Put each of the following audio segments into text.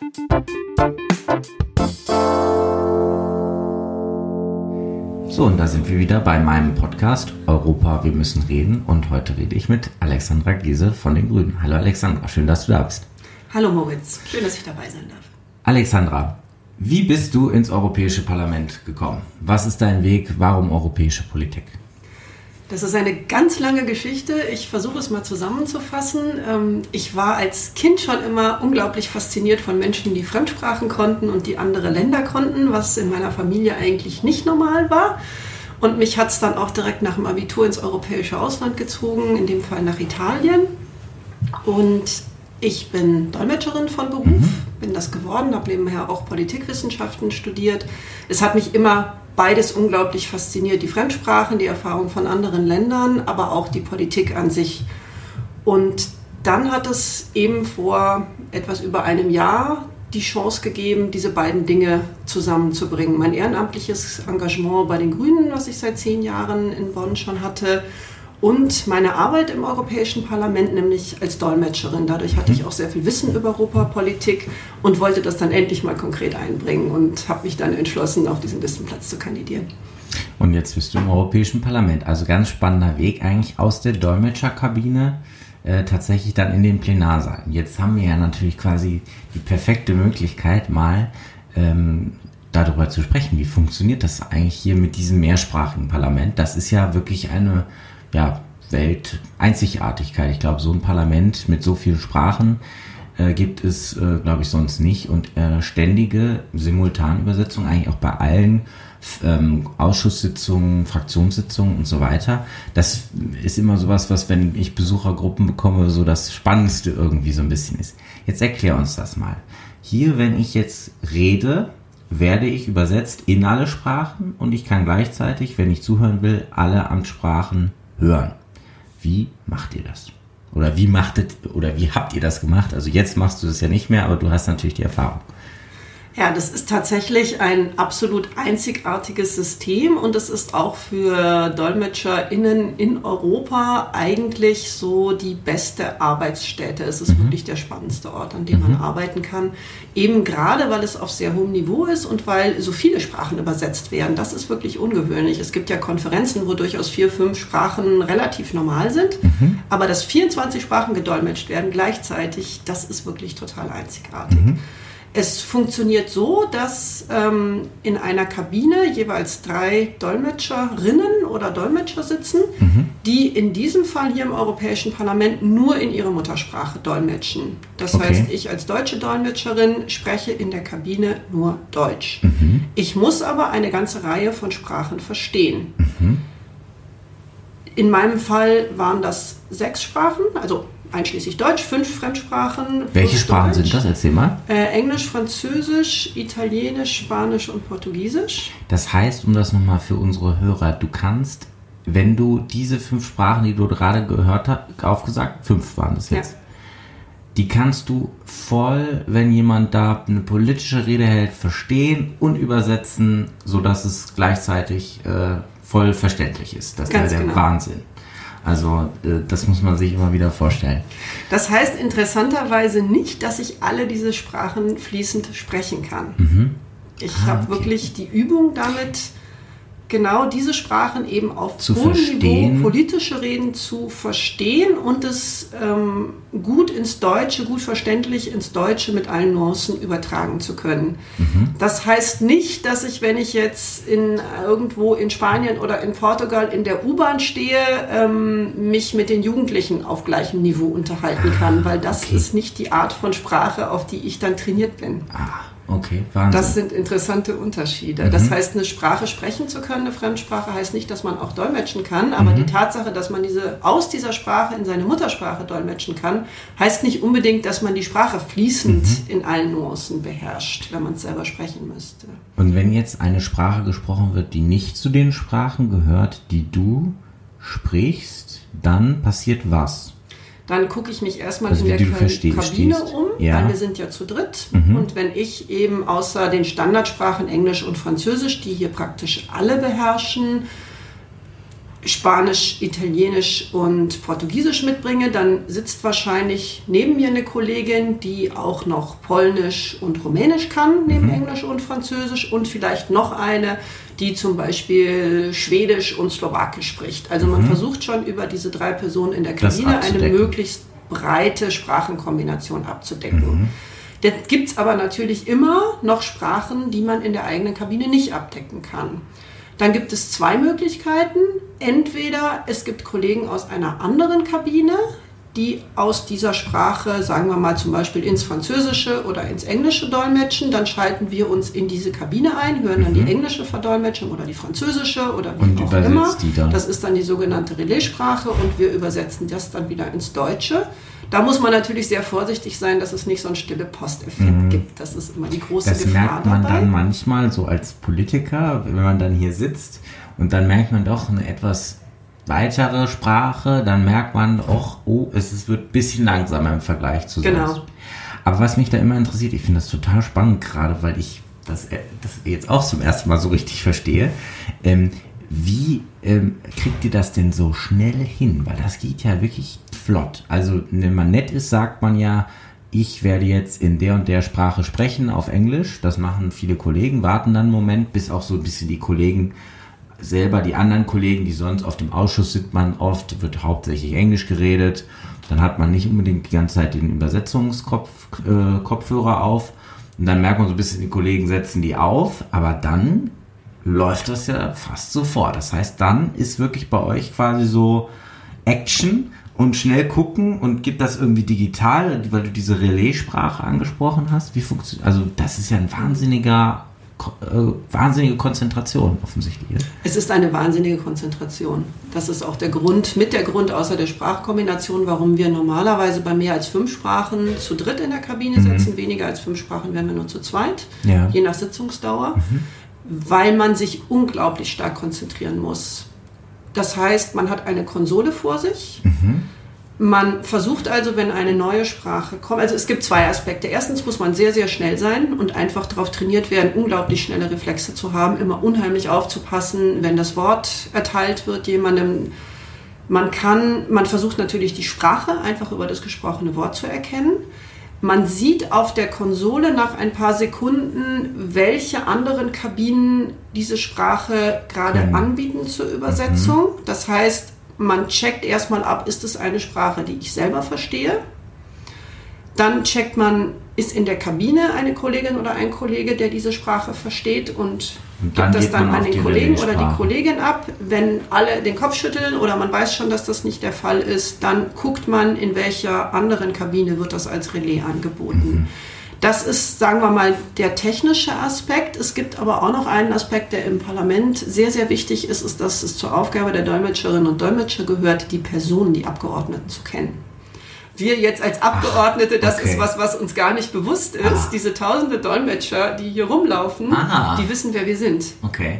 So, und da sind wir wieder bei meinem Podcast Europa, wir müssen reden. Und heute rede ich mit Alexandra Giese von den Grünen. Hallo Alexandra, schön, dass du da bist. Hallo Moritz, schön, dass ich dabei sein darf. Alexandra, wie bist du ins Europäische Parlament gekommen? Was ist dein Weg? Warum europäische Politik? Das ist eine ganz lange Geschichte. Ich versuche es mal zusammenzufassen. Ich war als Kind schon immer unglaublich fasziniert von Menschen, die Fremdsprachen konnten und die andere Länder konnten, was in meiner Familie eigentlich nicht normal war. Und mich hat es dann auch direkt nach dem Abitur ins europäische Ausland gezogen, in dem Fall nach Italien. Und ich bin Dolmetscherin von Beruf, bin das geworden, habe nebenher auch Politikwissenschaften studiert. Es hat mich immer beides unglaublich fasziniert, die Fremdsprachen, die Erfahrung von anderen Ländern, aber auch die Politik an sich. Und dann hat es eben vor etwas über einem Jahr die Chance gegeben, diese beiden Dinge zusammenzubringen. Mein ehrenamtliches Engagement bei den Grünen, was ich seit 10 Jahren in Bonn schon hatte, und meine Arbeit im Europäischen Parlament, nämlich als Dolmetscherin. Dadurch hatte ich auch sehr viel Wissen über Europapolitik und wollte das dann endlich mal konkret einbringen und habe mich dann entschlossen, auf diesen Listenplatz zu kandidieren. Und jetzt bist du im Europäischen Parlament. Also ganz spannender Weg eigentlich aus der Dolmetscherkabine tatsächlich dann in den Plenarsaal. Jetzt haben wir ja natürlich quasi die perfekte Möglichkeit, mal darüber zu sprechen. Wie funktioniert das eigentlich hier mit diesem mehrsprachigen Parlament? Das ist ja wirklich eine Welteinzigartigkeit. Ich glaube, so ein Parlament mit so vielen Sprachen gibt es, glaube ich, sonst nicht. Und ständige Simultanübersetzung eigentlich auch bei allen Ausschusssitzungen, Fraktionssitzungen und so weiter. Das ist immer sowas, was, wenn ich Besuchergruppen bekomme, so das Spannendste irgendwie so ein bisschen ist. Jetzt erklär uns das mal. Hier, wenn ich jetzt rede, werde ich übersetzt in alle Sprachen und ich kann gleichzeitig, wenn ich zuhören will, alle Amtssprachen hören. Wie macht ihr das? Oder wie habt ihr das gemacht? Also jetzt machst du das ja nicht mehr, aber du hast natürlich die Erfahrung. Ja, das ist tatsächlich ein absolut einzigartiges System und es ist auch für DolmetscherInnen in Europa eigentlich so die beste Arbeitsstätte. Es ist wirklich der spannendste Ort, an dem man arbeiten kann. Eben gerade, weil es auf sehr hohem Niveau ist und weil so viele Sprachen übersetzt werden. Das ist wirklich ungewöhnlich. Es gibt ja Konferenzen, wo durchaus 4, 5 Sprachen relativ normal sind. Aber dass 24 Sprachen gedolmetscht werden gleichzeitig, das ist wirklich total einzigartig. Es funktioniert so, dass in einer Kabine jeweils 3 Dolmetscherinnen oder Dolmetscher sitzen, die in diesem Fall hier im Europäischen Parlament nur in ihre Muttersprache dolmetschen. Das heißt, ich als deutsche Dolmetscherin spreche in der Kabine nur Deutsch. Ich muss aber eine ganze Reihe von Sprachen verstehen. In meinem Fall waren das 6 Sprachen, also einschließlich Deutsch, 5 Fremdsprachen. Welche Sprachen sind das? Erzähl mal. Englisch, Französisch, Italienisch, Spanisch und Portugiesisch. Das heißt, um das nochmal für unsere Hörer, du kannst, wenn du diese 5 Sprachen, die du gerade gehört hast, aufgesagt, 5 waren das jetzt, die kannst du voll, wenn jemand da eine politische Rede hält, verstehen und übersetzen, sodass es gleichzeitig voll verständlich ist. Das ist der Wahnsinn. Also das muss man sich immer wieder vorstellen. Das heißt interessanterweise nicht, dass ich alle diese Sprachen fließend sprechen kann. Ich habe wirklich die Übung damit, genau diese Sprachen eben auf hohem Niveau, politische Reden zu verstehen und es gut ins Deutsche, gut verständlich ins Deutsche mit allen Nuancen übertragen zu können. Das heißt nicht, dass ich, wenn ich jetzt irgendwo in Spanien oder in Portugal in der U-Bahn stehe, mich mit den Jugendlichen auf gleichem Niveau unterhalten kann, weil das ist nicht die Art von Sprache, auf die ich dann trainiert bin. Okay, Wahnsinn. Das sind interessante Unterschiede. Das heißt, eine Sprache sprechen zu können, eine Fremdsprache, heißt nicht, dass man auch dolmetschen kann, aber die Tatsache, dass man aus dieser Sprache in seine Muttersprache dolmetschen kann, heißt nicht unbedingt, dass man die Sprache fließend in allen Nuancen beherrscht, wenn man es selber sprechen müsste. Und wenn jetzt eine Sprache gesprochen wird, die nicht zu den Sprachen gehört, die du sprichst, dann passiert was? Dann gucke ich mich erstmal in der Kabine um, weil wir sind ja zu dritt. Und wenn ich eben außer den Standardsprachen Englisch und Französisch, die hier praktisch alle beherrschen, Spanisch, Italienisch und Portugiesisch mitbringe, dann sitzt wahrscheinlich neben mir eine Kollegin, die auch noch Polnisch und Rumänisch kann, neben Englisch und Französisch, und vielleicht noch eine, die zum Beispiel Schwedisch und Slowakisch spricht. Also man versucht schon über diese 3 Personen in der Kabine eine möglichst breite Sprachenkombination abzudecken. Da gibt es aber natürlich immer noch Sprachen, die man in der eigenen Kabine nicht abdecken kann. Dann gibt es 2 Möglichkeiten. Entweder es gibt Kollegen aus einer anderen Kabine, die aus dieser Sprache, sagen wir mal zum Beispiel ins Französische oder ins Englische dolmetschen. Dann schalten wir uns in diese Kabine ein, hören dann die englische Verdolmetschung oder die französische oder wie auch immer. Das ist dann die sogenannte Relaissprache und wir übersetzen das dann wieder ins Deutsche. Da muss man natürlich sehr vorsichtig sein, dass es nicht so einen stille Posteffekt gibt. Das ist immer die große Gefahr dabei. Das merkt man dann manchmal so als Politiker, wenn man dann hier sitzt und dann merkt man doch eine etwas weitere Sprache, dann merkt man auch, es wird ein bisschen langsamer im Vergleich zu sonst. Genau. Aber was mich da immer interessiert, ich finde das total spannend, gerade weil ich das jetzt auch zum ersten Mal so richtig verstehe, wie kriegt ihr das denn so schnell hin? Weil das geht ja wirklich flott. Also wenn man nett ist, sagt man ja, ich werde jetzt in der und der Sprache sprechen auf Englisch. Das machen viele Kollegen, warten dann einen Moment, bis auch so ein bisschen die Kollegen selber, die anderen Kollegen, die sonst auf dem Ausschuss sind, man oft, wird hauptsächlich Englisch geredet. Dann hat man nicht unbedingt die ganze Zeit den Übersetzungskopfhörer auf. Und dann merkt man so ein bisschen, die Kollegen setzen die auf, aber dann läuft das ja fast sofort. Das heißt, dann ist wirklich bei euch quasi so Action und schnell gucken und gibt das irgendwie digital, weil du diese Relaissprache angesprochen hast. Wie funktioniert? Also das ist ja ein wahnsinnige Konzentration offensichtlich. Es ist eine wahnsinnige Konzentration. Das ist auch der Grund außer der Sprachkombination, warum wir normalerweise bei mehr als 5 Sprachen zu dritt in der Kabine sitzen. Weniger als 5 Sprachen werden wir nur zu zweit, je nach Sitzungsdauer. Weil man sich unglaublich stark konzentrieren muss. Das heißt, man hat eine Konsole vor sich. Man versucht also, wenn eine neue Sprache kommt, also es gibt 2 Aspekte. Erstens muss man sehr, sehr schnell sein und einfach darauf trainiert werden, unglaublich schnelle Reflexe zu haben, immer unheimlich aufzupassen, wenn das Wort erteilt wird jemandem. Man versucht natürlich die Sprache einfach über das gesprochene Wort zu erkennen. Man sieht auf der Konsole nach ein paar Sekunden, welche anderen Kabinen diese Sprache gerade anbieten zur Übersetzung. Das heißt, man checkt erstmal ab, ist es eine Sprache, die ich selber verstehe. Dann checkt man, ist in der Kabine eine Kollegin oder ein Kollege, der diese Sprache versteht und gibt das dann an den Kollegen oder die Kollegin ab. Wenn alle den Kopf schütteln oder man weiß schon, dass das nicht der Fall ist, dann guckt man, in welcher anderen Kabine wird das als Relais angeboten. Das ist, sagen wir mal, der technische Aspekt. Es gibt aber auch noch einen Aspekt, der im Parlament sehr, sehr wichtig ist dass es zur Aufgabe der Dolmetscherinnen und Dolmetscher gehört, die Personen, die Abgeordneten zu kennen. Wir jetzt als Abgeordnete, das ist was uns gar nicht bewusst ist. Diese tausende Dolmetscher, die hier rumlaufen, die wissen, wer wir sind. Okay.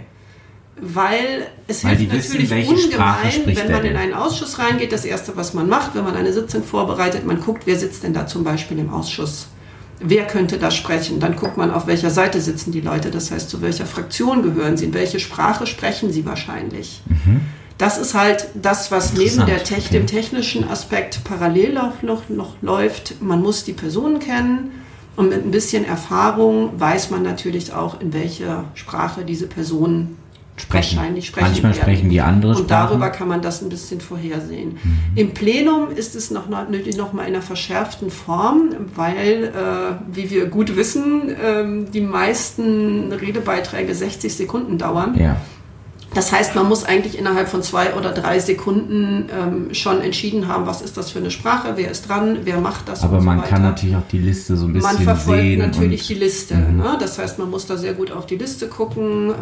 Weil es hilft natürlich ungemein, wenn man in einen Ausschuss reingeht. Das Erste, was man macht, wenn man eine Sitzung vorbereitet, man guckt, wer sitzt denn da zum Beispiel im Ausschuss. Wer könnte da sprechen? Dann guckt man, auf welcher Seite sitzen die Leute. Das heißt, zu welcher Fraktion gehören sie? In welche Sprache sprechen sie wahrscheinlich? Das ist halt das, was neben dem technischen Aspekt parallel noch läuft. Man muss die Personen kennen und mit ein bisschen Erfahrung weiß man natürlich auch, in welcher Sprache diese Personen wahrscheinlich sprechen Manchmal werden. Sprechen die andere Sprachen. Und darüber kann man das ein bisschen vorhersehen. Im Plenum ist es noch mal in einer verschärften Form, weil, wie wir gut wissen, die meisten Redebeiträge 60 Sekunden dauern. Ja. Das heißt, man muss eigentlich innerhalb von 2 oder 3 Sekunden schon entschieden haben, was ist das für eine Sprache, wer ist dran, wer macht das. Aber man kann natürlich auch die Liste so ein bisschen sehen. Man verfolgt natürlich die Liste. Ne? Das heißt, man muss da sehr gut auf die Liste gucken.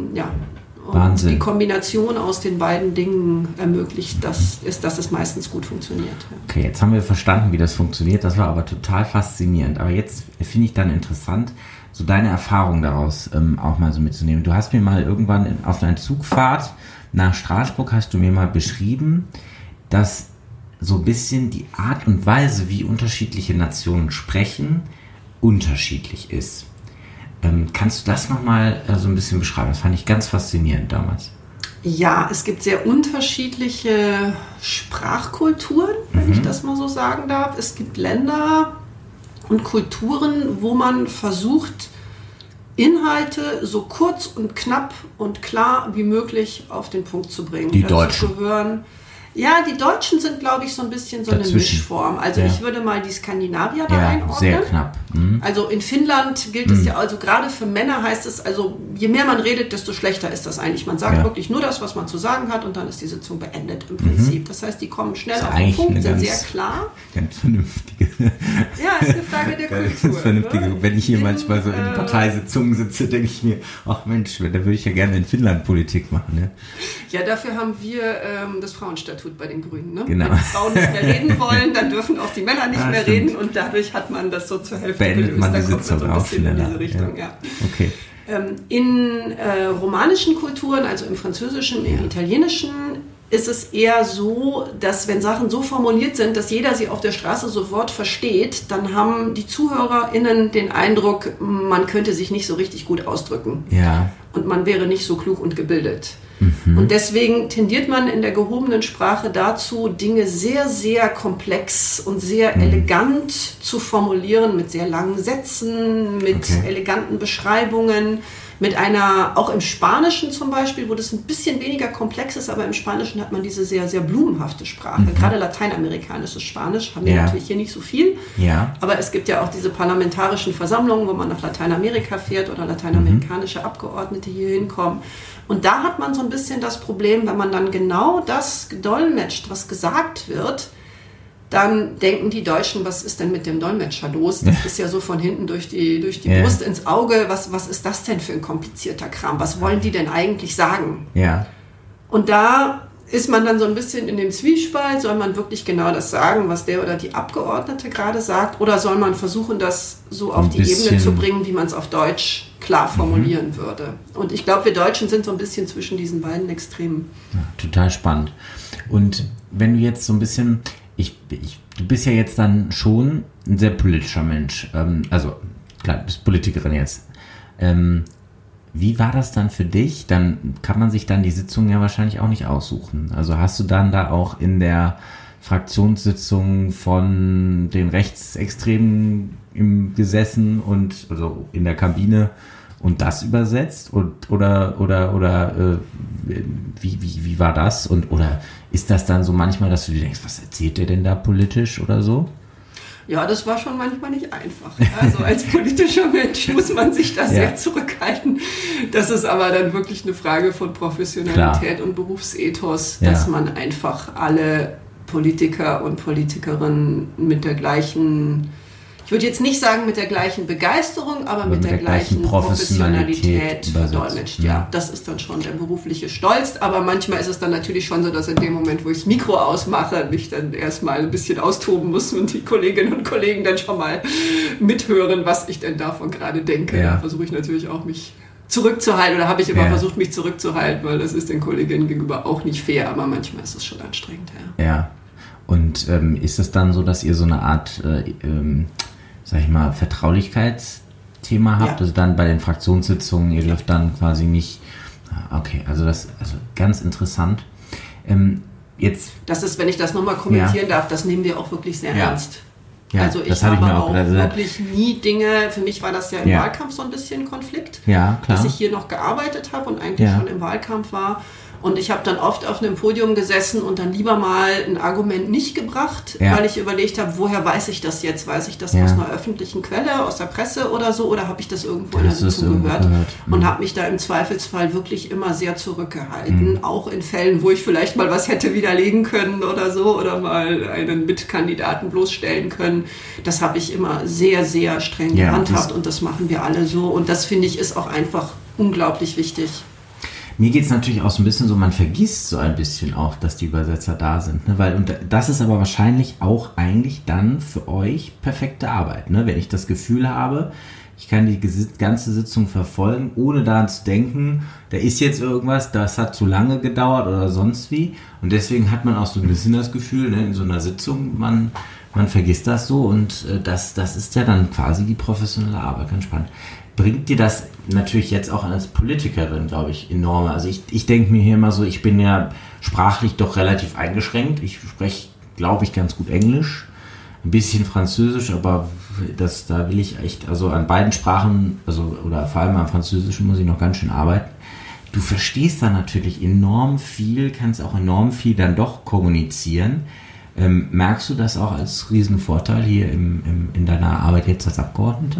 Und Wahnsinn. Die Kombination aus den beiden Dingen ermöglicht, dass es meistens gut funktioniert. Okay, jetzt haben wir verstanden, wie das funktioniert. Das war aber total faszinierend. Aber jetzt finde ich dann interessant, so deine Erfahrung daraus auch mal so mitzunehmen. Du hast mir mal irgendwann auf einer Zugfahrt nach Straßburg hast du mir mal beschrieben, dass so ein bisschen die Art und Weise, wie unterschiedliche Nationen sprechen, unterschiedlich ist. Kannst du das nochmal so ein bisschen beschreiben? Das fand ich ganz faszinierend damals. Ja, es gibt sehr unterschiedliche Sprachkulturen, wenn ich das mal so sagen darf. Es gibt Länder und Kulturen, wo man versucht, Inhalte so kurz und knapp und klar wie möglich auf den Punkt zu bringen. Die Deutschen. Ja, die Deutschen sind, glaube ich, so ein bisschen so eine Mischform. Also ich würde mal die Skandinavier da einordnen. Sehr knapp. Also in Finnland gilt es ja, also gerade für Männer heißt es, also je mehr man redet, desto schlechter ist das eigentlich. Man sagt wirklich nur das, was man zu sagen hat und dann ist die Sitzung beendet im Prinzip. Das heißt, die kommen schnell auf den Punkt, sind sehr klar. Ganz vernünftige. Ja, ist eine Frage der Kultur. Ganz vernünftige. Ne? Wenn ich hier manchmal so in Parteisitzungen sitze, denke ich mir, ach Mensch, da würde ich ja gerne in Finnland Politik machen. Ne? Ja, dafür haben wir das Frauenstatut bei den Grünen. Ne? Genau. Wenn die Frauen nicht mehr reden wollen, dann dürfen auch die Männer nicht mehr reden und dadurch hat man das so zur Hälfte beendet man die Sitzung so ein bisschen in diese Richtung. Ja. Okay. In romanischen Kulturen, also im Französischen, im Italienischen, ist es eher so, dass wenn Sachen so formuliert sind, dass jeder sie auf der Straße sofort versteht, dann haben die ZuhörerInnen den Eindruck, man könnte sich nicht so richtig gut ausdrücken. Ja. Und man wäre nicht so klug und gebildet. Und deswegen tendiert man in der gehobenen Sprache dazu, Dinge sehr, sehr komplex und sehr elegant zu formulieren, mit sehr langen Sätzen, mit eleganten Beschreibungen, mit einer, auch im Spanischen zum Beispiel, wo das ein bisschen weniger komplex ist, aber im Spanischen hat man diese sehr, sehr blumenhafte Sprache. Gerade lateinamerikanisches Spanisch haben wir natürlich hier nicht so viel. Ja. Aber es gibt ja auch diese parlamentarischen Versammlungen, wo man nach Lateinamerika fährt oder lateinamerikanische Abgeordnete hier hinkommen. Und da hat man so ein bisschen das Problem, wenn man dann genau das gedolmetscht, was gesagt wird, dann denken die Deutschen, was ist denn mit dem Dolmetscher los? Das ist ja so von hinten durch die Brust ins Auge. Was ist das denn für ein komplizierter Kram? Was wollen die denn eigentlich sagen? Ja. Und da ist man dann so ein bisschen in dem Zwiespalt. Soll man wirklich genau das sagen, was der oder die Abgeordnete gerade sagt? Oder soll man versuchen, das so auf die Ebene zu bringen, wie man es auf Deutsch klar formulieren würde? Und ich glaube, wir Deutschen sind so ein bisschen zwischen diesen beiden Extremen. Ja, total spannend. Und wenn du jetzt so ein bisschen... Du bist ja jetzt dann schon ein sehr politischer Mensch. Also, klar, du bist Politikerin jetzt. Wie war das dann für dich? Dann kann man sich dann die Sitzung ja wahrscheinlich auch nicht aussuchen. Also hast du dann da auch in der Fraktionssitzung von den Rechtsextremen gesessen und also in der Kabine und das übersetzt? Oder wie war das? Oder ist das dann so manchmal, dass du dir denkst, was erzählt der denn da politisch oder so? Ja, das war schon manchmal nicht einfach. Also als politischer Mensch muss man sich da sehr zurückhalten. Das ist aber dann wirklich eine Frage von Professionalität und Berufsethos, dass man einfach alle Politiker und Politikerinnen mit der gleichen, ich würde jetzt nicht sagen mit der gleichen Begeisterung, aber mit der gleichen Professionalität verdolmetscht. Ja, das ist dann schon der berufliche Stolz. Aber manchmal ist es dann natürlich schon so, dass in dem Moment, wo ich das Mikro ausmache, mich dann erstmal ein bisschen austoben muss und die Kolleginnen und Kollegen dann schon mal mithören, was ich denn davon gerade denke. Da versuche ich natürlich auch mich zurückzuhalten oder habe ich immer versucht, mich zurückzuhalten, weil das ist den Kolleginnen gegenüber auch nicht fair, aber manchmal ist es schon anstrengend. Ja. Und ist es dann so, dass ihr so eine Art sag ich mal, Vertraulichkeitsthema habt, also dann bei den Fraktionssitzungen, ihr dürft dann quasi nicht, okay, also ganz interessant. Jetzt. Das ist, wenn ich das nochmal kommentieren darf, das nehmen wir auch wirklich sehr ernst. Ja, also ich habe auch wirklich nie Dinge, für mich war das ja im Wahlkampf so ein bisschen Konflikt, dass ich hier noch gearbeitet habe und eigentlich schon im Wahlkampf war. Und ich habe dann oft auf einem Podium gesessen und dann lieber mal ein Argument nicht gebracht, weil ich überlegt habe, woher weiß ich das jetzt? Weiß ich das aus einer öffentlichen Quelle, aus der Presse oder so? Oder habe ich das irgendwo in der Sitzung gehört? Und habe mich da im Zweifelsfall wirklich immer sehr zurückgehalten. Auch in Fällen, wo ich vielleicht mal was hätte widerlegen können oder so. Oder mal einen Mitkandidaten bloßstellen können. Das habe ich immer sehr, sehr streng gehandhabt. Und das machen wir alle so. Und das, finde ich, ist auch einfach unglaublich wichtig. Mir geht es natürlich auch so ein bisschen so, man vergisst so ein bisschen auch, dass die Übersetzer da sind. Ne? Und das ist aber wahrscheinlich auch eigentlich dann für euch perfekte Arbeit. Ne? Wenn ich das Gefühl habe, ich kann die ganze Sitzung verfolgen, ohne daran zu denken, da ist jetzt irgendwas, das hat zu lange gedauert oder sonst wie. Und deswegen hat man auch so ein bisschen das Gefühl, ne, in so einer Sitzung, man man vergisst das so und das ist ja dann quasi die professionelle Arbeit, ganz spannend. Bringt dir das natürlich jetzt auch als Politikerin, glaube ich, enorme. Also ich denke mir hier immer so, ich bin ja sprachlich doch relativ eingeschränkt. Ich spreche, glaube ich, ganz gut Englisch, ein bisschen Französisch, aber da will ich echt, also an beiden Sprachen, also oder vor allem am Französischen muss ich noch ganz schön arbeiten. Du verstehst da natürlich enorm viel, kannst auch enorm viel dann doch kommunizieren. Merkst du das auch als Riesenvorteil hier in deiner Arbeit jetzt als Abgeordnete?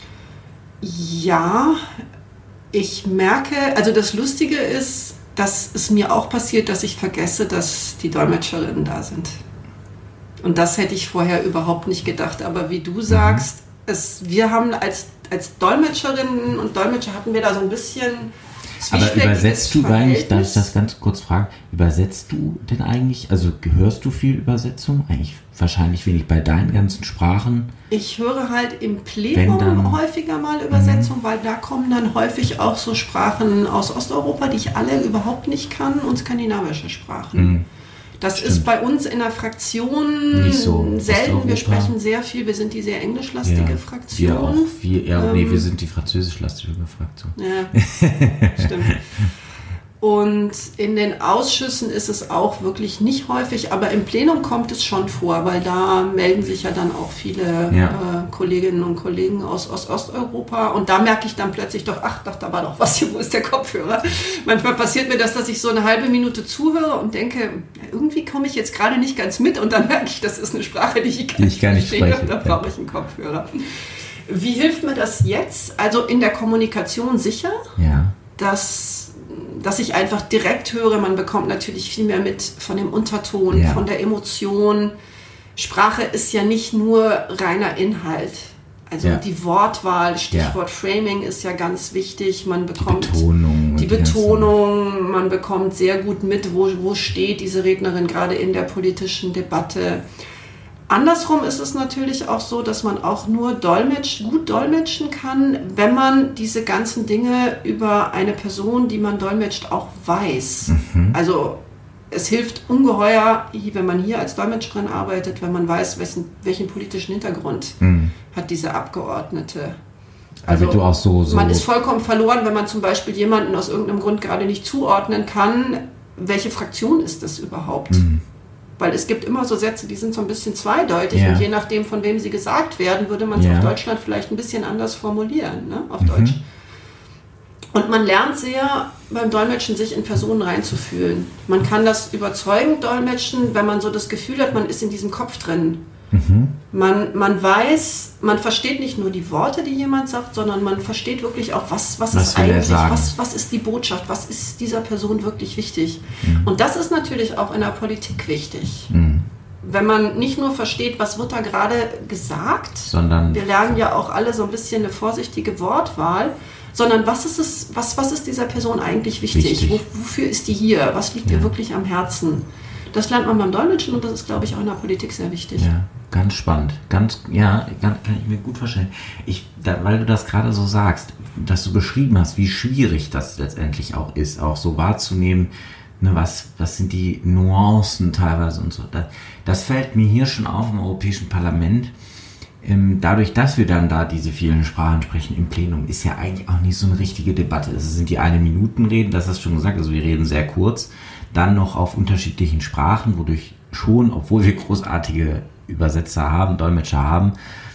Ja, ich merke, also das Lustige ist, dass es mir auch passiert, dass ich vergesse, dass die Dolmetscherinnen da sind. Und das hätte ich vorher überhaupt nicht gedacht. Aber wie du sagst, wir haben als Dolmetscherinnen und Dolmetscher hatten wir da so ein bisschen... Aber übersetzt du eigentlich, darf ich das ganz kurz fragen, übersetzt du denn eigentlich, also hörst du viel Übersetzung? Eigentlich wahrscheinlich wenig bei deinen ganzen Sprachen. Ich höre halt im Plenum häufiger mal Übersetzung, weil da kommen dann häufig auch so Sprachen aus Osteuropa, die ich alle überhaupt nicht kann, und skandinavische Sprachen. Das ist bei uns in der Fraktion nicht so selten. Wir sprechen sehr viel. Wir sind die sehr englischlastige Fraktion. Wir auch. Wir sind die französischlastige Fraktion. Ja, stimmt. Und in den Ausschüssen ist es auch wirklich nicht häufig, aber im Plenum kommt es schon vor, weil da melden sich ja dann auch viele Kolleginnen und Kollegen aus Osteuropa. Und da merke ich dann plötzlich doch, da war doch was hier, wo ist der Kopfhörer? Manchmal passiert mir das, dass ich so eine halbe Minute zuhöre und denke, irgendwie komme ich jetzt gerade nicht ganz mit, und dann merke ich, das ist eine Sprache, die ich gar nicht verstehe. Da brauche ich einen Kopfhörer. Wie hilft mir das jetzt? Also in der Kommunikation sicher, dass ich einfach direkt höre, man bekommt natürlich viel mehr mit von dem Unterton, von der Emotion. Sprache ist ja nicht nur reiner Inhalt. Also die Wortwahl, Stichwort Framing ist ja ganz wichtig. Man bekommt die Betonung, man bekommt sehr gut mit, wo steht diese Rednerin gerade in der politischen Debatte. Andersrum ist es natürlich auch so, dass man auch nur gut dolmetschen kann, wenn man diese ganzen Dinge über eine Person, die man dolmetscht, auch weiß. Also es hilft ungeheuer, wenn man hier als Dolmetscherin arbeitet, wenn man weiß, welchen politischen Hintergrund hat diese Abgeordnete. Also du auch so man ist vollkommen verloren, wenn man zum Beispiel jemanden aus irgendeinem Grund gerade nicht zuordnen kann, welche Fraktion ist das überhaupt? Weil es gibt immer so Sätze, die sind so ein bisschen zweideutig, und je nachdem, von wem sie gesagt werden, würde man es auf Deutschland vielleicht ein bisschen anders formulieren, ne? Auf Deutsch. Und man lernt sehr beim Dolmetschen, sich in Personen reinzufühlen. Man kann das überzeugend dolmetschen, wenn man so das Gefühl hat, man ist in diesem Kopf drin. Man weiß, man versteht nicht nur die Worte, die jemand sagt, sondern man versteht wirklich auch, was ist eigentlich, was ist die Botschaft, was ist dieser Person wirklich wichtig. Und das ist natürlich auch in der Politik wichtig. Wenn man nicht nur versteht, was wird da gerade gesagt, sondern wir lernen ja auch alle so ein bisschen eine vorsichtige Wortwahl, sondern was ist dieser Person eigentlich wichtig? Wofür ist die hier? Was liegt ihr wirklich am Herzen? Das lernt man beim Dolmetschen, und das ist, glaube ich, auch in der Politik sehr wichtig. Ja, ganz spannend. Kann ich mir gut vorstellen. Weil du das gerade so sagst, dass du beschrieben hast, wie schwierig das letztendlich auch ist, auch so wahrzunehmen, ne, was sind die Nuancen teilweise und so. Das fällt mir hier schon auf im Europäischen Parlament. Dadurch, dass wir dann da diese vielen Sprachen sprechen im Plenum, ist ja eigentlich auch nicht so eine richtige Debatte. Es sind die 1-Minuten-Reden, das hast du schon gesagt, also wir reden sehr kurz. Dann noch auf unterschiedlichen Sprachen, wodurch schon, obwohl wir großartige Übersetzer haben, Dolmetscher haben,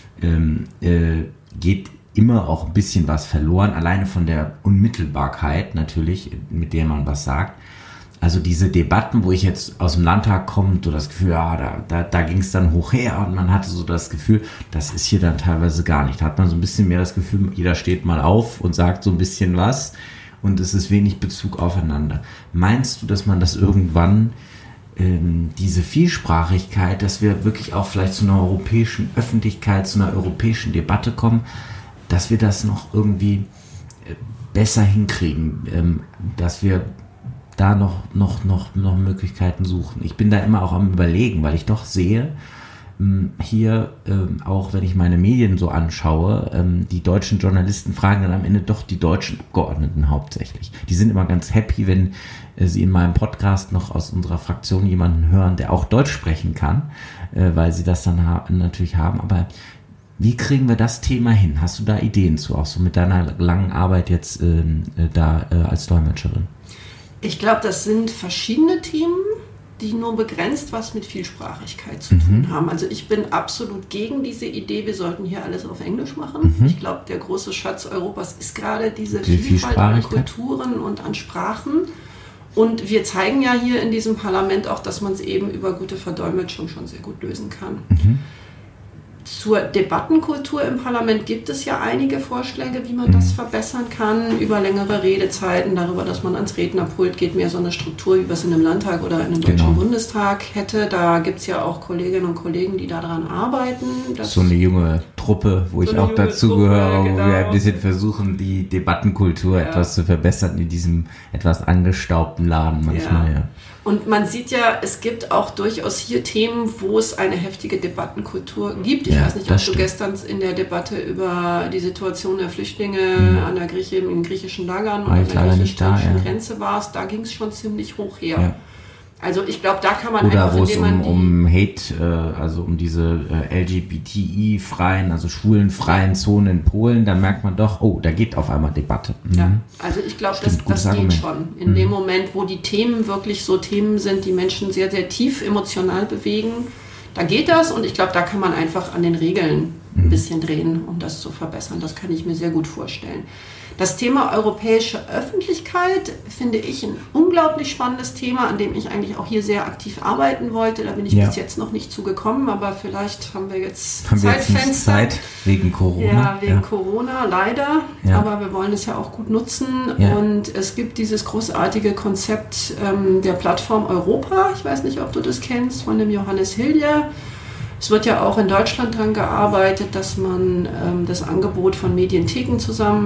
geht immer auch ein bisschen was verloren, alleine von der Unmittelbarkeit natürlich, mit der man was sagt. Also diese Debatten, wo ich jetzt aus dem Landtag komme, so das Gefühl, da ging es dann hoch her, und man hatte so das Gefühl, das ist hier dann teilweise gar nicht. Da hat man so ein bisschen mehr das Gefühl, jeder steht mal auf und sagt so ein bisschen was, und es ist wenig Bezug aufeinander. Meinst du, dass man das irgendwann, diese Vielsprachigkeit, dass wir wirklich auch vielleicht zu einer europäischen Öffentlichkeit, zu einer europäischen Debatte kommen, dass wir das noch irgendwie besser hinkriegen, dass wir da noch Möglichkeiten suchen? Ich bin da immer auch am Überlegen, weil ich doch sehe, hier, auch wenn ich meine Medien so anschaue, die deutschen Journalisten fragen dann am Ende doch die deutschen Abgeordneten hauptsächlich. Die sind immer ganz happy, wenn sie in meinem Podcast noch aus unserer Fraktion jemanden hören, der auch Deutsch sprechen kann, weil sie das dann natürlich haben. Aber wie kriegen wir das Thema hin? Hast du da Ideen zu, auch so mit deiner langen Arbeit jetzt als Dolmetscherin? Ich glaube, das sind verschiedene Themen, die nur begrenzt was mit Vielsprachigkeit zu tun haben. Also ich bin absolut gegen diese Idee, wir sollten hier alles auf Englisch machen. Ich glaube, der große Schatz Europas ist gerade diese Vielfalt an Kulturen und an Sprachen. Und wir zeigen ja hier in diesem Parlament auch, dass man es eben über gute Verdolmetschung schon sehr gut lösen kann. Zur Debattenkultur im Parlament gibt es ja einige Vorschläge, wie man das verbessern kann, über längere Redezeiten, darüber, dass man ans Rednerpult geht, mehr so eine Struktur, wie wir es in einem Landtag oder in einem Deutschen Bundestag hätte. Da gibt es ja auch Kolleginnen und Kollegen, die daran arbeiten. So eine junge Truppe, wo ich auch dazu gehöre, wo wir ein bisschen versuchen, die Debattenkultur etwas zu verbessern in diesem etwas angestaubten Laden manchmal. Ja. Und man sieht ja, es gibt auch durchaus hier Themen, wo es eine heftige Debattenkultur gibt. Ich weiß nicht, ob du gestern in der Debatte über die Situation der Flüchtlinge an der in griechischen Lagern oder an der griechisch-türkischen Grenze warst. Da ging es schon ziemlich hoch her. Ja. Also ich glaube, da kann man oder einfach, wo es um Hate, also um diese LGBTI-freien, also schwulenfreien Zonen in Polen, da merkt man doch, oh, da geht auf einmal Debatte. Ja, also ich glaube, das geht schon. In dem Moment, wo die Themen wirklich so Themen sind, die Menschen sehr, sehr tief emotional bewegen, da geht das und ich glaube, da kann man einfach an den Regeln ein bisschen drehen, um das zu verbessern. Das kann ich mir sehr gut vorstellen. Das Thema europäische Öffentlichkeit finde ich ein unglaublich spannendes Thema, an dem ich eigentlich auch hier sehr aktiv arbeiten wollte. Da bin ich bis jetzt noch nicht zugekommen, aber vielleicht haben wir jetzt Zeitfenster. Zeit wegen Corona. Ja, wegen Corona, leider. Ja. Aber wir wollen es ja auch gut nutzen. Ja. Und es gibt dieses großartige Konzept der Plattform Europa. Ich weiß nicht, ob du das kennst, von dem Johannes Hilje. Es wird ja auch in Deutschland daran gearbeitet, dass man das Angebot von Mediatheken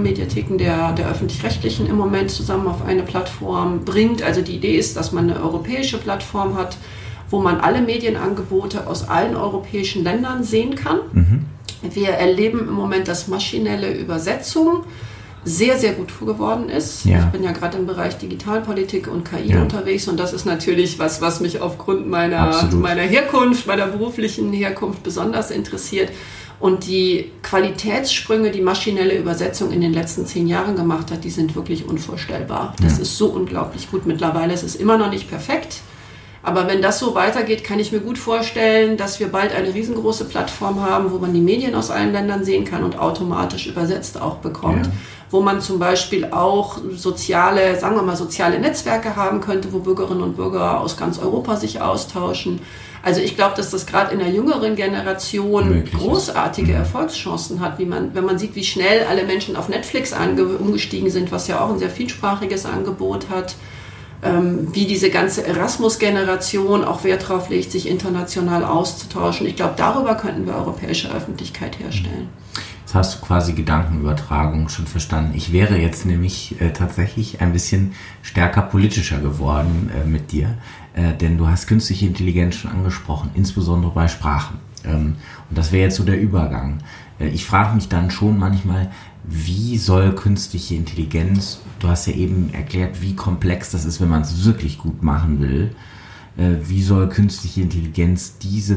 der Öffentlich-Rechtlichen im Moment zusammen auf eine Plattform bringt. Also die Idee ist, dass man eine europäische Plattform hat, wo man alle Medienangebote aus allen europäischen Ländern sehen kann. Wir erleben im Moment, dass maschinelle Übersetzung sehr, sehr gut geworden ist. Ja. Ich bin ja gerade im Bereich Digitalpolitik und KI unterwegs und das ist natürlich was mich aufgrund meiner Herkunft, meiner beruflichen Herkunft besonders interessiert. Und die Qualitätssprünge, die maschinelle Übersetzung in den letzten 10 Jahren gemacht hat, die sind wirklich unvorstellbar. Das ist so unglaublich gut mittlerweile. Es ist immer noch nicht perfekt. Aber wenn das so weitergeht, kann ich mir gut vorstellen, dass wir bald eine riesengroße Plattform haben, wo man die Medien aus allen Ländern sehen kann und automatisch übersetzt auch bekommt. Ja. Wo man zum Beispiel auch soziale Netzwerke haben könnte, wo Bürgerinnen und Bürger aus ganz Europa sich austauschen. Also ich glaube, dass das gerade in der jüngeren Generation großartige Erfolgschancen hat, wenn man sieht, wie schnell alle Menschen auf Netflix umgestiegen sind, was ja auch ein sehr vielsprachiges Angebot hat. Wie diese ganze Erasmus-Generation auch Wert darauf legt, sich international auszutauschen. Ich glaube, darüber könnten wir europäische Öffentlichkeit herstellen. Jetzt hast du quasi Gedankenübertragung schon verstanden. Ich wäre jetzt nämlich tatsächlich ein bisschen stärker politischer geworden mit dir, denn du hast künstliche Intelligenz schon angesprochen, insbesondere bei Sprachen. Und das wäre jetzt so der Übergang. Ich frage mich dann schon manchmal, wie soll künstliche Intelligenz, du hast ja eben erklärt, wie komplex das ist, wenn man es wirklich gut machen will, wie soll künstliche Intelligenz diese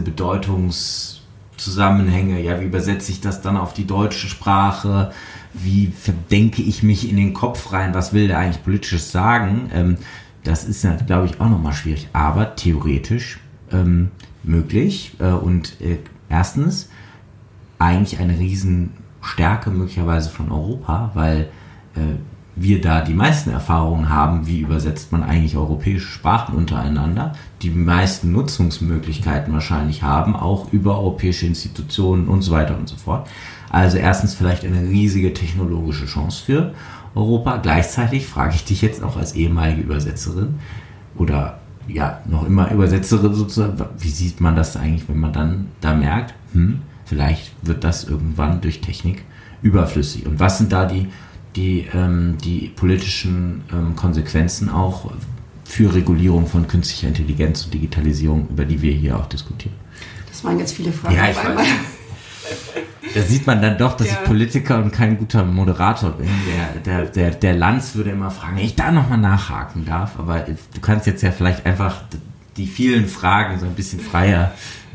Bedeutungszusammenhänge, wie übersetze ich das dann auf die deutsche Sprache, wie verdenke ich mich in den Kopf rein, was will der eigentlich Politisches sagen, das ist ja, glaube ich, auch nochmal schwierig, aber theoretisch möglich und erstens eigentlich eine Riesenstärke möglicherweise von Europa, weil wir da die meisten Erfahrungen haben, wie übersetzt man eigentlich europäische Sprachen untereinander, die meisten Nutzungsmöglichkeiten wahrscheinlich haben, auch über europäische Institutionen und so weiter und so fort. Also erstens vielleicht eine riesige technologische Chance für Europa. Gleichzeitig frage ich dich jetzt auch als ehemalige Übersetzerin oder noch immer Übersetzerin sozusagen, wie sieht man das eigentlich, wenn man dann da merkt, vielleicht wird das irgendwann durch Technik überflüssig. Und was sind da die politischen Konsequenzen auch für Regulierung von künstlicher Intelligenz und Digitalisierung, über die wir hier auch diskutieren? Das Das waren jetzt viele Fragen. Ja, ich weiß. Da sieht man dann doch, dass ich Politiker und kein guter Moderator bin. Der Lanz würde immer fragen, wenn ich da nochmal nachhaken darf, aber du kannst jetzt ja vielleicht einfach die vielen Fragen so ein bisschen freier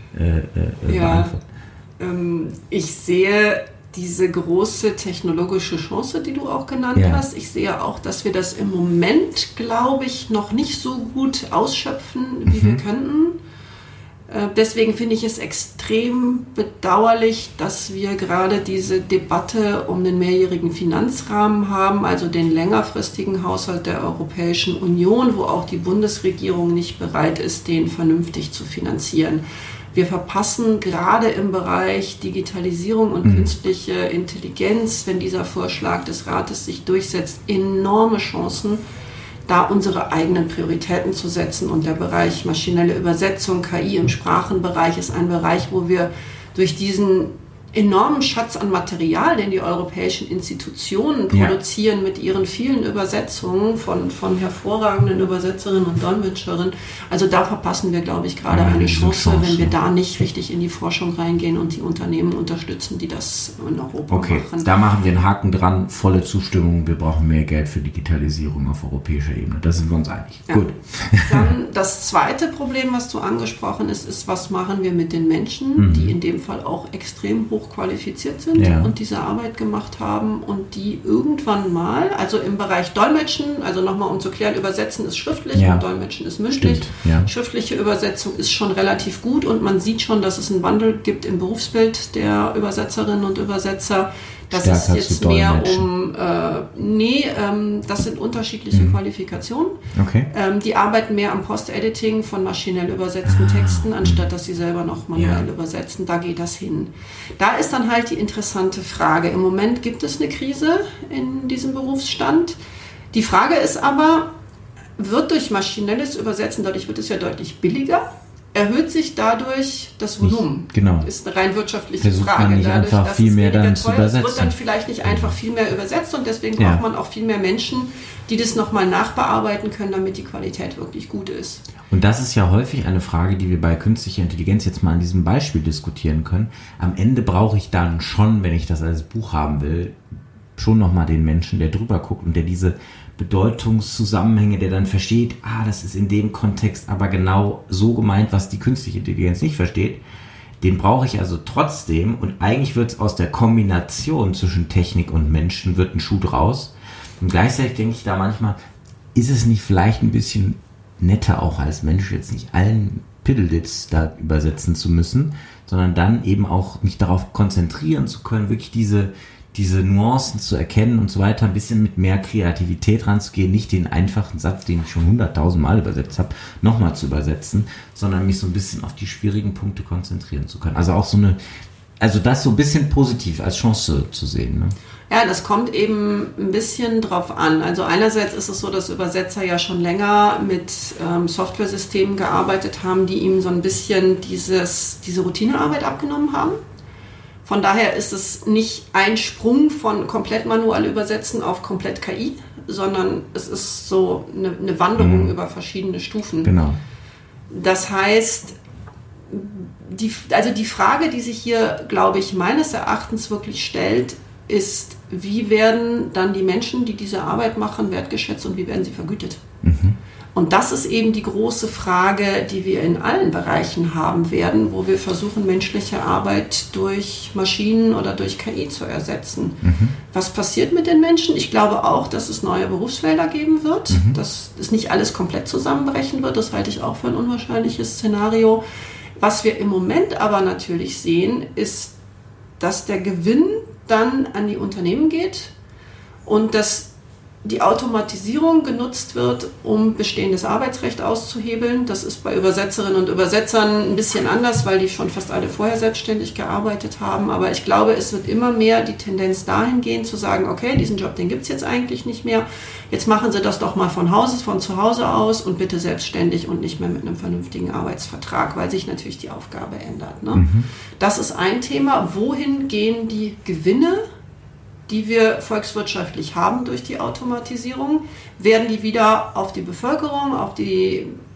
beantworten. Ich sehe diese große technologische Chance, die du auch genannt hast. Ich sehe auch, dass wir das im Moment, glaube ich, noch nicht so gut ausschöpfen, wie wir könnten. Deswegen finde ich es extrem bedauerlich, dass wir gerade diese Debatte um den mehrjährigen Finanzrahmen haben, also den längerfristigen Haushalt der Europäischen Union, wo auch die Bundesregierung nicht bereit ist, den vernünftig zu finanzieren. Wir verpassen gerade im Bereich Digitalisierung und künstliche Intelligenz, wenn dieser Vorschlag des Rates sich durchsetzt, enorme Chancen, da unsere eigenen Prioritäten zu setzen. Und der Bereich maschinelle Übersetzung, KI im Sprachenbereich ist ein Bereich, wo wir durch diesen enormen Schatz an Material, den die europäischen Institutionen produzieren mit ihren vielen Übersetzungen von hervorragenden Übersetzerinnen und Dolmetscherinnen. Also da verpassen wir, glaube ich, gerade eine Chance, wenn wir da nicht richtig in die Forschung reingehen und die Unternehmen unterstützen, die das in Europa machen. Okay, da machen wir einen Haken dran, volle Zustimmung, wir brauchen mehr Geld für Digitalisierung auf europäischer Ebene. Da sind wir uns einig. Ja. Gut. Dann das zweite Problem, was du angesprochen hast, ist, was machen wir mit den Menschen, die in dem Fall auch extrem hoch qualifiziert sind und diese Arbeit gemacht haben und die irgendwann mal, also im Bereich Dolmetschen, also nochmal um zu klären, Übersetzen ist schriftlich und Dolmetschen ist mündlich. Schriftliche Übersetzung ist schon relativ gut und man sieht schon, dass es einen Wandel gibt im Berufsbild der Übersetzerinnen und Übersetzer. Das ist jetzt mehr das sind unterschiedliche Qualifikationen. Okay. Die arbeiten mehr am Post-Editing von maschinell übersetzten Texten, anstatt dass sie selber noch manuell übersetzen. Da geht das hin. Da ist dann halt die interessante Frage. Im Moment gibt es eine Krise in diesem Berufsstand. Die Frage ist aber, wird durch maschinelles Übersetzen, dadurch wird es ja deutlich billiger, erhöht sich dadurch das Volumen? Genau. Ist eine rein wirtschaftliche Versucht Frage. Man nicht dadurch, einfach viel mehr dann zu übersetzen. Es wird dann vielleicht nicht einfach viel mehr übersetzt und deswegen braucht man auch viel mehr Menschen, die das nochmal nachbearbeiten können, damit die Qualität wirklich gut ist. Und das ist ja häufig eine Frage, die wir bei künstlicher Intelligenz jetzt mal an diesem Beispiel diskutieren können. Am Ende brauche ich dann schon, wenn ich das als Buch haben will, schon nochmal den Menschen, der drüber guckt und der diese Bedeutungszusammenhänge, der dann versteht, das ist in dem Kontext aber genau so gemeint, was die künstliche Intelligenz nicht versteht. Den brauche ich also trotzdem und eigentlich wird es aus der Kombination zwischen Technik und Menschen wird ein Schuh draus. Und gleichzeitig denke ich da manchmal, ist es nicht vielleicht ein bisschen netter auch als Mensch, jetzt nicht allen Piddleditz da übersetzen zu müssen, sondern dann eben auch mich darauf konzentrieren zu können, wirklich diese Nuancen zu erkennen und so weiter, ein bisschen mit mehr Kreativität ranzugehen, nicht den einfachen Satz, den ich schon 100.000 Mal übersetzt habe, nochmal zu übersetzen, sondern mich so ein bisschen auf die schwierigen Punkte konzentrieren zu können. Also auch das so ein bisschen positiv als Chance zu sehen. Ne? Ja, das kommt eben ein bisschen drauf an. Also einerseits ist es so, dass Übersetzer ja schon länger mit Softwaresystemen gearbeitet haben, die ihm so ein bisschen diese Routinearbeit abgenommen haben. Von daher ist es nicht ein Sprung von komplett manuell übersetzen auf komplett KI, sondern es ist so eine Wanderung über verschiedene Stufen. Genau. Das heißt, die Frage, die sich hier, glaube ich, meines Erachtens wirklich stellt, ist, wie werden dann die Menschen, die diese Arbeit machen, wertgeschätzt und wie werden sie vergütet? Und das ist eben die große Frage, die wir in allen Bereichen haben werden, wo wir versuchen, menschliche Arbeit durch Maschinen oder durch KI zu ersetzen. Was passiert mit den Menschen? Ich glaube auch, dass es neue Berufsfelder geben wird, dass es nicht alles komplett zusammenbrechen wird. Das halte ich auch für ein unwahrscheinliches Szenario. Was wir im Moment aber natürlich sehen, ist, dass der Gewinn dann an die Unternehmen geht und dass die Automatisierung genutzt wird, um bestehendes Arbeitsrecht auszuhebeln. Das ist bei Übersetzerinnen und Übersetzern ein bisschen anders, weil die schon fast alle vorher selbstständig gearbeitet haben. Aber ich glaube, es wird immer mehr die Tendenz dahin gehen, zu sagen, okay, diesen Job, den gibt es jetzt eigentlich nicht mehr. Jetzt machen Sie das doch mal von zu Hause aus und bitte selbstständig und nicht mehr mit einem vernünftigen Arbeitsvertrag, weil sich natürlich die Aufgabe ändert. Ne? Das ist ein Thema. Wohin gehen die Gewinne, die wir volkswirtschaftlich haben durch die Automatisierung? Werden die wieder auf die Bevölkerung, auf die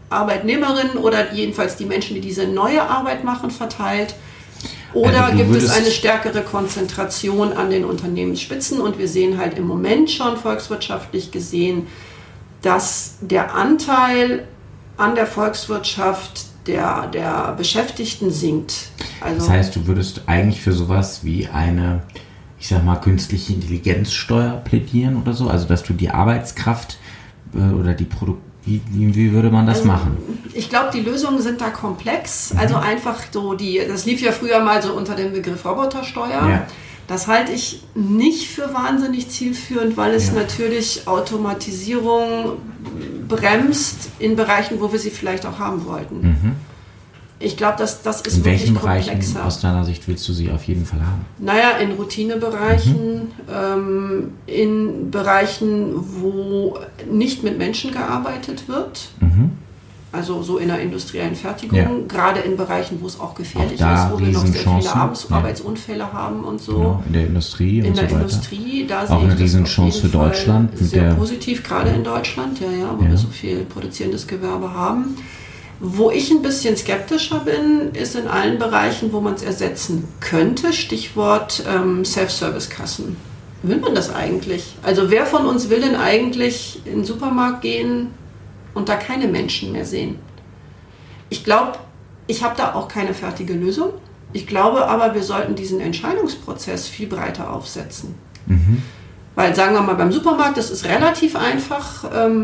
Arbeitnehmerinnen oder jedenfalls die Menschen, die diese neue Arbeit machen, verteilt? Oder Also gibt es eine stärkere Konzentration an den Unternehmensspitzen? Und wir sehen halt im Moment schon volkswirtschaftlich gesehen, dass der Anteil an der Volkswirtschaft der Beschäftigten sinkt. Also das heißt, du würdest eigentlich für sowas wie eine, ich sag mal, künstliche Intelligenzsteuer plädieren oder so? Also, dass du die Arbeitskraft oder die wie würde man das machen? Ich glaube, die Lösungen sind da komplex. Also einfach so das lief ja früher mal so unter dem Begriff Robotersteuer. Ja. Das halte ich nicht für wahnsinnig zielführend, weil es natürlich Automatisierung bremst in Bereichen, wo wir sie vielleicht auch haben wollten. Ich glaube, das ist in wirklich welchen komplexer. Bereichen aus deiner Sicht willst du sie auf jeden Fall haben? Naja, in Routinebereichen, in Bereichen, wo nicht mit Menschen gearbeitet wird. Also so in der industriellen Fertigung, gerade in Bereichen, wo es auch gefährlich ist, wo wir noch sehr viele Arbeitsunfälle haben und so. Genau, in der Industrie in und der so weiter. Industrie, da auch sehe eine ich Riesenchance für Deutschland. Sehr positiv, gerade in Deutschland, wo wir so viel produzierendes Gewerbe haben. Wo ich ein bisschen skeptischer bin, ist in allen Bereichen, wo man es ersetzen könnte. Stichwort Self-Service-Kassen. Will man das eigentlich? Also wer von uns will denn eigentlich in den Supermarkt gehen und da keine Menschen mehr sehen? Ich glaube, ich habe da auch keine fertige Lösung. Ich glaube aber, wir sollten diesen Entscheidungsprozess viel breiter aufsetzen. Weil, sagen wir mal, beim Supermarkt, das ist relativ einfach,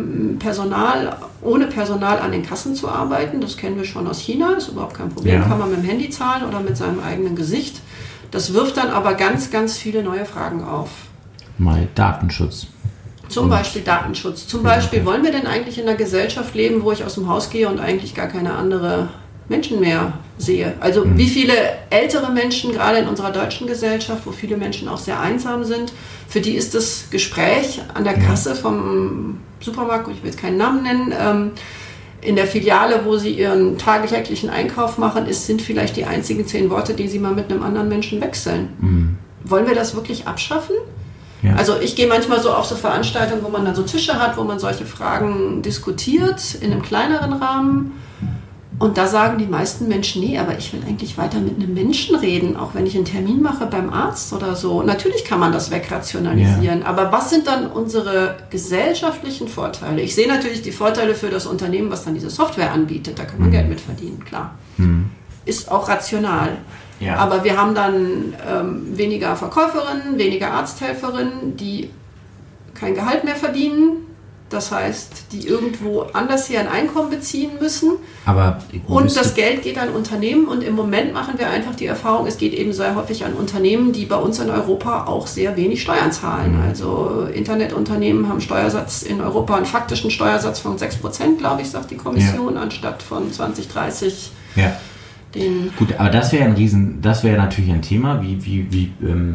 ohne Personal an den Kassen zu arbeiten. Das kennen wir schon aus China, ist überhaupt kein Problem. Kann man mit dem Handy zahlen oder mit seinem eigenen Gesicht. Das wirft dann aber ganz, ganz viele neue Fragen auf. Mal Datenschutz. Zum Beispiel Datenschutz. Zum Beispiel, wollen wir denn eigentlich in einer Gesellschaft leben, wo ich aus dem Haus gehe und eigentlich gar keine andere Menschen mehr sehe? Also wie viele ältere Menschen, gerade in unserer deutschen Gesellschaft, wo viele Menschen auch sehr einsam sind, für die ist das Gespräch an der Kasse vom Supermarkt, ich will jetzt keinen Namen nennen, in der Filiale, wo sie ihren tagtäglichen Einkauf machen, sind vielleicht die einzigen 10 Worte, die sie mal mit einem anderen Menschen wechseln. Wollen wir das wirklich abschaffen? Ja. Also ich gehe manchmal so auf so Veranstaltungen, wo man dann so Tische hat, wo man solche Fragen diskutiert, in einem kleineren Rahmen. Und da sagen die meisten Menschen, nee, aber ich will eigentlich weiter mit einem Menschen reden, auch wenn ich einen Termin mache beim Arzt oder so. Natürlich kann man das wegrationalisieren, aber was sind dann unsere gesellschaftlichen Vorteile? Ich sehe natürlich die Vorteile für das Unternehmen, was dann diese Software anbietet, da kann man Geld mit verdienen, klar. Ist auch rational. Ja. Aber wir haben dann weniger Verkäuferinnen, weniger Arzthelferinnen, die kein Gehalt mehr verdienen. Das heißt, die irgendwo anders hier ein Einkommen beziehen müssen. Und das Geld geht an Unternehmen. Und im Moment machen wir einfach die Erfahrung, es geht eben sehr häufig an Unternehmen, die bei uns in Europa auch sehr wenig Steuern zahlen. Also Internetunternehmen haben Steuersatz in Europa, einen faktischen Steuersatz von 6%, glaube ich, sagt die Kommission, anstatt von 20, 30. Ja. Gut, aber das wäre natürlich ein Thema. Wie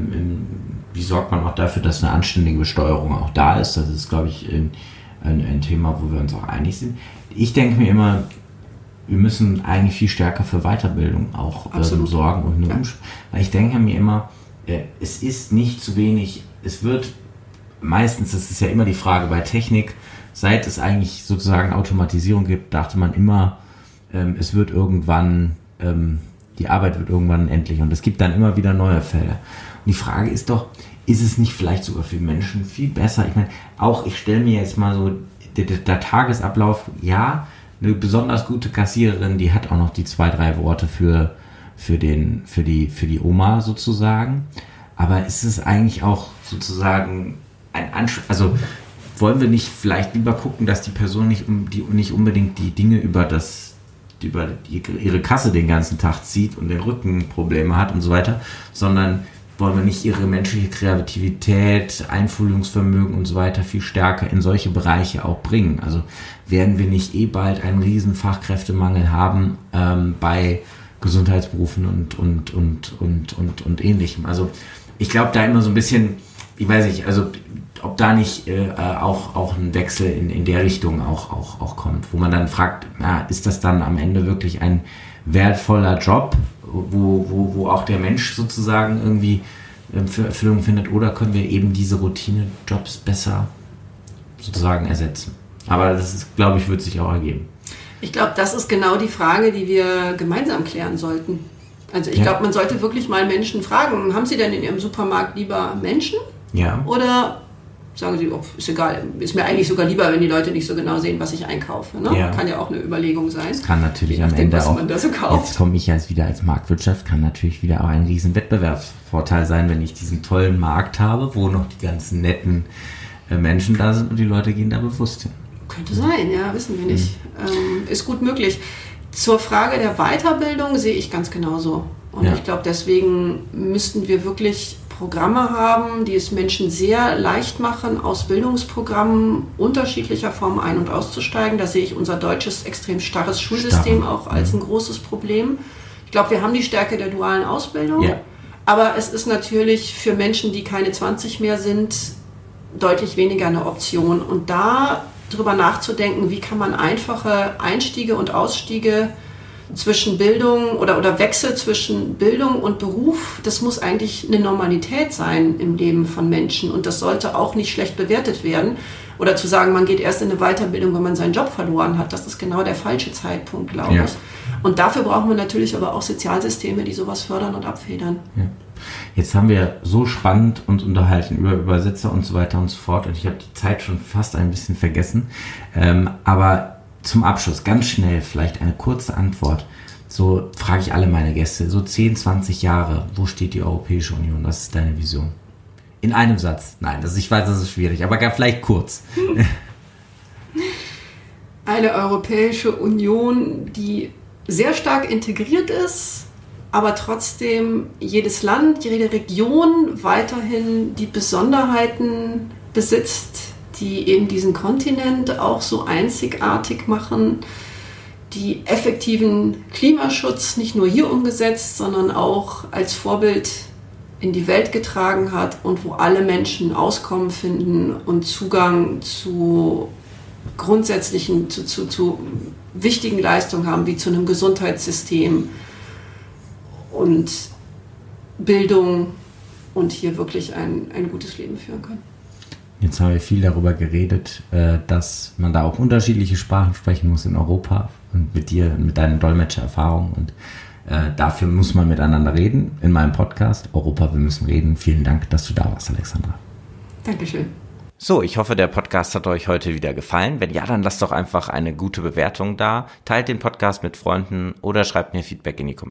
sorgt man auch dafür, dass eine anständige Besteuerung auch da ist? Das ist, glaube ich, ein Thema, wo wir uns auch einig sind. Ich denke mir immer, wir müssen eigentlich viel stärker für Weiterbildung auch sorgen und weil ich denke mir immer, es ist nicht zu wenig, es wird meistens, das ist ja immer die Frage bei Technik, seit es eigentlich sozusagen Automatisierung gibt, dachte man immer, es wird irgendwann, die Arbeit wird irgendwann endlich und es gibt dann immer wieder neue Felder. Und die Frage ist doch, ist es nicht vielleicht sogar für Menschen viel besser? Ich meine, ich stelle mir jetzt mal so, der Tagesablauf, ja, eine besonders gute Kassiererin, die hat auch noch die 2, 3 Worte für die Oma sozusagen. Aber ist es eigentlich auch sozusagen ein Anspruch, also wollen wir nicht vielleicht lieber gucken, dass die Person nicht unbedingt die Dinge über ihre Kasse den ganzen Tag zieht und den Rückenprobleme hat und so weiter, sondern wollen wir nicht ihre menschliche Kreativität, Einfühlungsvermögen und so weiter viel stärker in solche Bereiche auch bringen. Also werden wir nicht bald einen riesen Fachkräftemangel haben bei Gesundheitsberufen und Ähnlichem. Also ich glaube da immer so ein bisschen, ich weiß nicht, also ob da nicht auch ein Wechsel in der Richtung auch kommt, wo man dann fragt, ist das dann am Ende wirklich ein wertvoller Job, wo auch der Mensch sozusagen irgendwie für Erfüllung findet, oder können wir eben diese Routine-Jobs besser sozusagen ersetzen? Aber das ist, glaube ich, wird sich auch ergeben. Ich glaube, das ist genau die Frage, die wir gemeinsam klären sollten. Also ich glaube, man sollte wirklich mal Menschen fragen, haben Sie denn in Ihrem Supermarkt lieber Menschen? Ja. Oder sagen Sie, ist egal, ist mir eigentlich sogar lieber, wenn die Leute nicht so genau sehen, was ich einkaufe. Ne? Ja. Kann ja auch eine Überlegung sein. Das kann natürlich am nachdem, Ende was auch, man da so kauft. jetzt komme ich ja wieder als Marktwirtschaft, kann natürlich wieder auch ein riesen Wettbewerbsvorteil sein, wenn ich diesen tollen Markt habe, wo noch die ganzen netten Menschen da sind und die Leute gehen da bewusst hin. Könnte sein, ja, wissen wir nicht. Ist gut möglich. Zur Frage der Weiterbildung sehe ich ganz genauso. Und ich glaube, deswegen müssten wir wirklich Programme haben, die es Menschen sehr leicht machen, aus Bildungsprogrammen unterschiedlicher Formen ein- und auszusteigen. Da sehe ich unser deutsches extrem starres Schulsystem auch als ein großes Problem. Ich glaube, wir haben die Stärke der dualen Ausbildung, aber es ist natürlich für Menschen, die keine 20 mehr sind, deutlich weniger eine Option. Und da drüber nachzudenken, wie kann man einfache Einstiege und Ausstiege zwischen Bildung oder Wechsel zwischen Bildung und Beruf, das muss eigentlich eine Normalität sein im Leben von Menschen und das sollte auch nicht schlecht bewertet werden. Oder zu sagen, man geht erst in eine Weiterbildung, wenn man seinen Job verloren hat, das ist genau der falsche Zeitpunkt, glaube ich. Und dafür brauchen wir natürlich aber auch Sozialsysteme, die sowas fördern und abfedern. Ja. Jetzt haben wir so spannend uns unterhalten über Übersetzer und so weiter und so fort und ich habe die Zeit schon fast ein bisschen vergessen. Aber zum Abschluss, ganz schnell, vielleicht eine kurze Antwort. So frage ich alle meine Gäste, so 10, 20 Jahre, wo steht die Europäische Union? Was ist deine Vision? In einem Satz. Nein, ich weiß, das ist schwierig, aber vielleicht kurz. Eine Europäische Union, die sehr stark integriert ist, aber trotzdem jedes Land, jede Region weiterhin die Besonderheiten besitzt, die eben diesen Kontinent auch so einzigartig machen, die effektiven Klimaschutz nicht nur hier umgesetzt, sondern auch als Vorbild in die Welt getragen hat und wo alle Menschen Auskommen finden und Zugang zu grundsätzlichen, zu wichtigen Leistungen haben, wie zu einem Gesundheitssystem und Bildung und hier wirklich ein gutes Leben führen können. Jetzt haben wir viel darüber geredet, dass man da auch unterschiedliche Sprachen sprechen muss in Europa und mit dir, mit deinen Dolmetschererfahrungen und dafür muss man miteinander reden in meinem Podcast Europa, wir müssen reden. Vielen Dank, dass du da warst, Alexandra. Dankeschön. So, ich hoffe, der Podcast hat euch heute wieder gefallen. Wenn ja, dann lasst doch einfach eine gute Bewertung da, teilt den Podcast mit Freunden oder schreibt mir Feedback in die Kommentare.